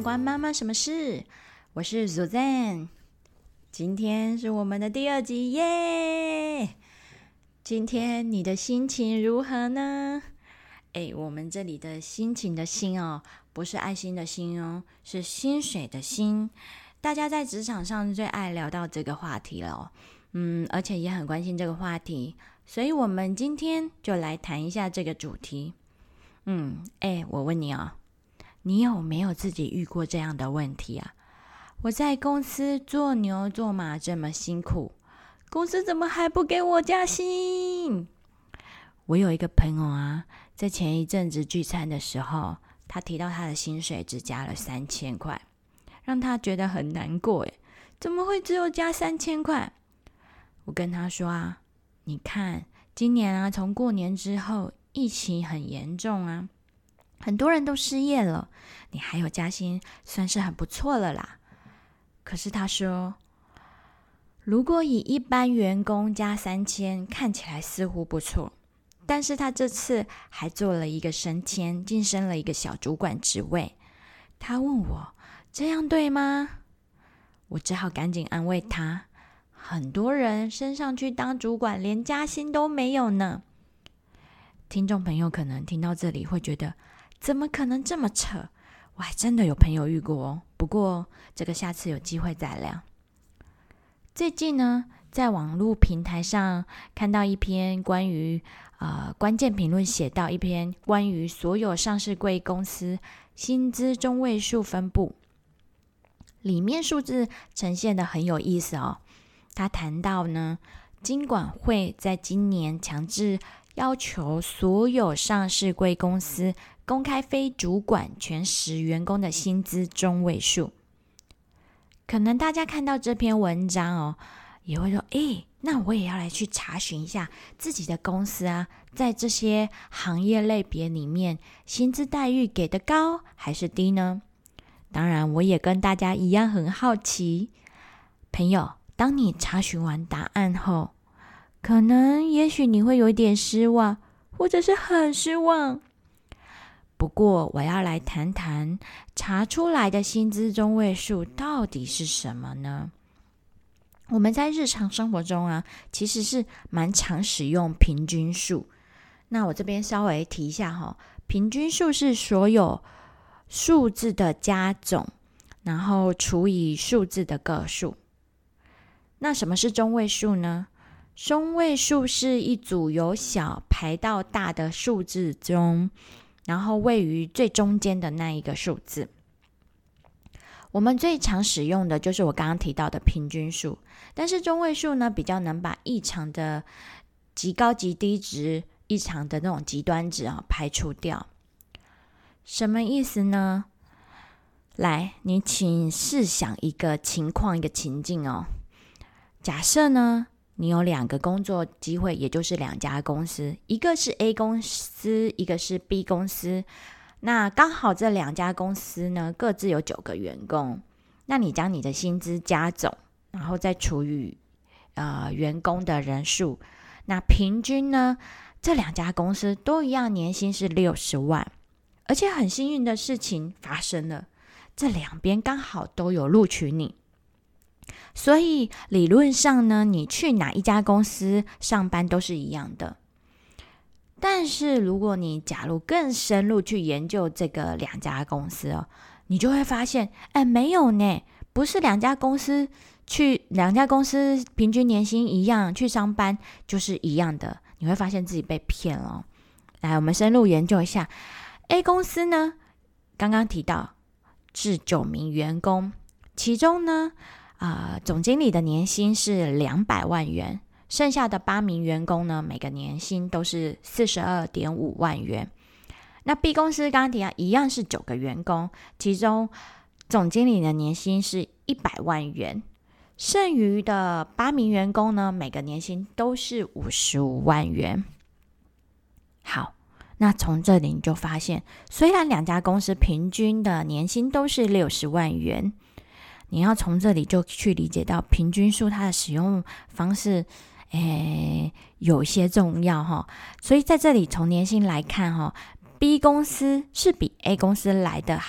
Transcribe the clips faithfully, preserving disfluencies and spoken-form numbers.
关妈妈什么事？我是 Suzanne， 今天是我们的第二集耶！今天你的心情如何呢？诶，我们这里的心情的心哦，不是爱心的心哦，是薪水的薪。大家在职场上最爱聊到这个话题了哦，嗯，而且也很关心这个话题，所以我们今天就来谈一下这个主题。嗯，诶，我问你哦，你有没有自己遇过这样的问题啊？我在公司做牛做马这么辛苦，公司怎么还不给我加薪？我有一个朋友啊，在前一阵子聚餐的时候，他提到他的薪水只加了三千块，让他觉得很难过耶，怎么会只有加三千块？我跟他说啊，你看今年啊，从过年之后疫情很严重啊，很多人都失业了，你还有加薪，算是很不错了啦。可是他说，如果以一般员工加三千，看起来似乎不错，但是他这次还做了一个升迁，晋升了一个小主管职位。他问我，这样对吗？我只好赶紧安慰他，很多人升上去当主管，连加薪都没有呢。听众朋友可能听到这里会觉得，怎么可能这么扯？我还真的有朋友遇过哦，不过这个下次有机会再聊。最近呢，在网络平台上看到一篇关于呃关键评论，写到一篇关于所有上市柜公司薪资中位数分布，里面数字呈现的很有意思哦。他谈到呢，金管会在今年强制要求所有上市柜公司公开非主管全时员工的薪资中位数。可能大家看到这篇文章哦，也会说，诶，那我也要来去查询一下自己的公司啊，在这些行业类别里面，薪资待遇给的高还是低呢？当然，我也跟大家一样很好奇。朋友，当你查询完答案后，可能也许你会有一点失望，或者是很失望。不过我要来谈谈查出来的薪资中位数到底是什么呢？我们在日常生活中啊，其实是蛮常使用平均数。那我这边稍微提一下哈，平均数是所有数字的加总，然后除以数字的个数。那什么是中位数呢？中位数是一组由小排到大的数字中，然后位于最中间的那一个数字。我们最常使用的就是我刚刚提到的平均数，但是中位数呢，比较能把异常的极高极低值、异常的那种极端值啊排除掉。什么意思呢？来，你请试想一个情况，一个情境哦。假设呢，你有两个工作机会，也就是两家公司，一个是 A 公司，一个是 B 公司。那刚好这两家公司呢，各自有九个员工。那你将你的薪资加总，然后再除以呃员工的人数，那平均呢，这两家公司都一样，年薪是六十万。而且很幸运的事情发生了，这两边刚好都有录取你。所以理论上呢，你去哪一家公司上班都是一样的。但是如果你假如更深入去研究这个两家公司哦，你就会发现，哎，没有呢，不是两家公司去两家公司平均年薪一样去上班就是一样的，你会发现自己被骗了。来，我们深入研究一下 A 公司呢，刚刚提到是九名员工，其中呢呃，总经理的年薪是两百万元，剩下的八名员工呢，每个年薪都是四十二点五万元。那 B 公司刚刚提到一样是九个员工，其中总经理的年薪是一百万元，剩余的八名员工呢，每个年薪都是五十五万元。好，那从这里你就发现，虽然两家公司平均的年薪都是六十万元，你要从这里就去理解到平均数它的使用方式诶有些重要哈。所以在这里从年薪来看哈， B 公司是比 A 公司来得好，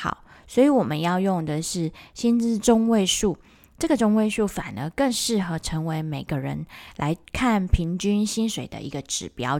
所以我们要用的是薪资中位数，这个中位数反而更适合成为每个人来看平均薪水的一个指标。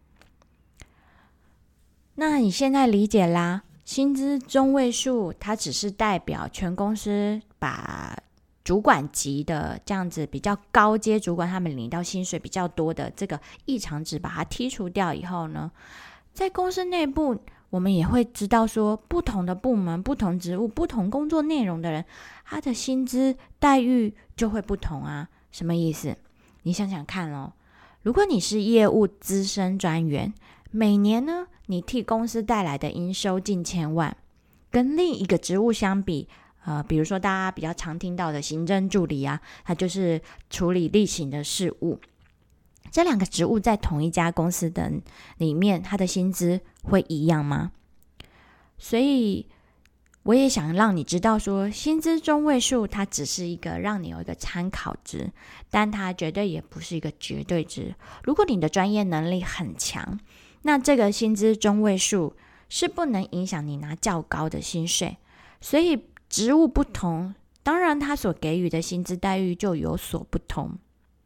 那你现在理解啦，薪资中位数它只是代表全公司把主管级的这样子比较高阶主管他们领到薪水比较多的这个异常值把它剔除掉以后呢，在公司内部我们也会知道说，不同的部门、不同职务、不同工作内容的人，他的薪资待遇就会不同啊。什么意思？你想想看哦，如果你是业务资深专员，每年呢，你替公司带来的营收近千万，跟另一个职务相比，呃，比如说大家比较常听到的行政助理啊，他就是处理例行的事务。这两个职务在同一家公司的里面，他的薪资会一样吗？所以我也想让你知道说，薪资中位数它只是一个让你有一个参考值，但它绝对也不是一个绝对值。如果你的专业能力很强，那这个薪资中位数是不能影响你拿较高的薪水。所以职务不同，当然他所给予的薪资待遇就有所不同。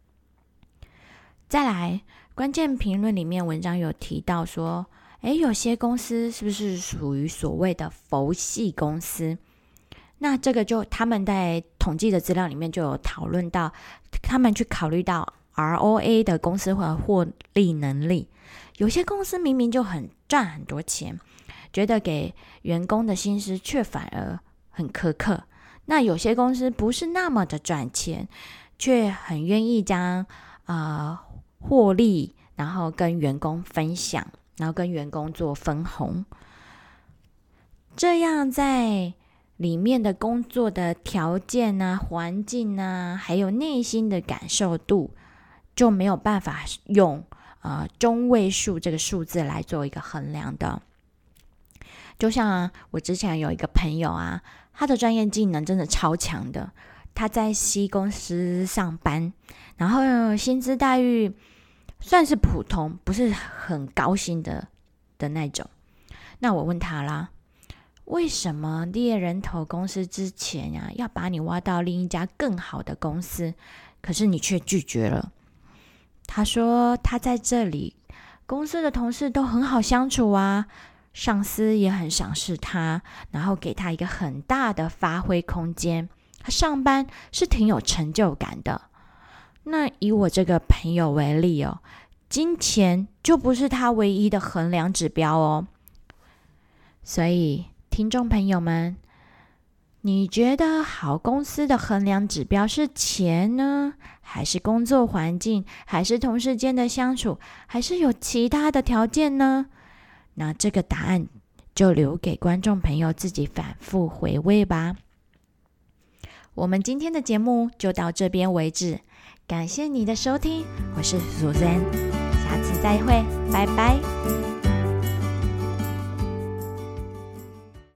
再来，关键评论里面文章有提到说，诶，有些公司是不是属于所谓的佛系公司？那这个就他们在统计的资料里面就有讨论到，他们去考虑到 R O A 的公司或获利能力。有些公司明明就很赚很多钱，觉得给员工的薪资却反而很苛刻。那有些公司不是那么的赚钱，却很愿意将呃获利，然后跟员工分享，然后跟员工做分红。这样在里面的工作的条件啊、环境啊，还有内心的感受度，就没有办法用呃中位数这个数字来做一个衡量的。就像、啊、我之前有一个朋友啊，他的专业技能真的超强的，他在 C 公司上班，然后薪资待遇算是普通，不是很高薪的的那种。那我问他啦，为什么猎人头公司之前啊要把你挖到另一家更好的公司，可是你却拒绝了？他说他在这里公司的同事都很好相处啊，上司也很赏识他，然后给他一个很大的发挥空间，他上班是挺有成就感的。那以我这个朋友为例哦，金钱就不是他唯一的衡量指标哦。所以听众朋友们，你觉得好公司的衡量指标是钱呢？还是工作环境？还是同事间的相处？还是有其他的条件呢？那这个答案就留给观众朋友自己反复回味吧。我们今天的节目就到这边为止，感谢你的收听，我是 Suzanne， 下次再会，拜拜。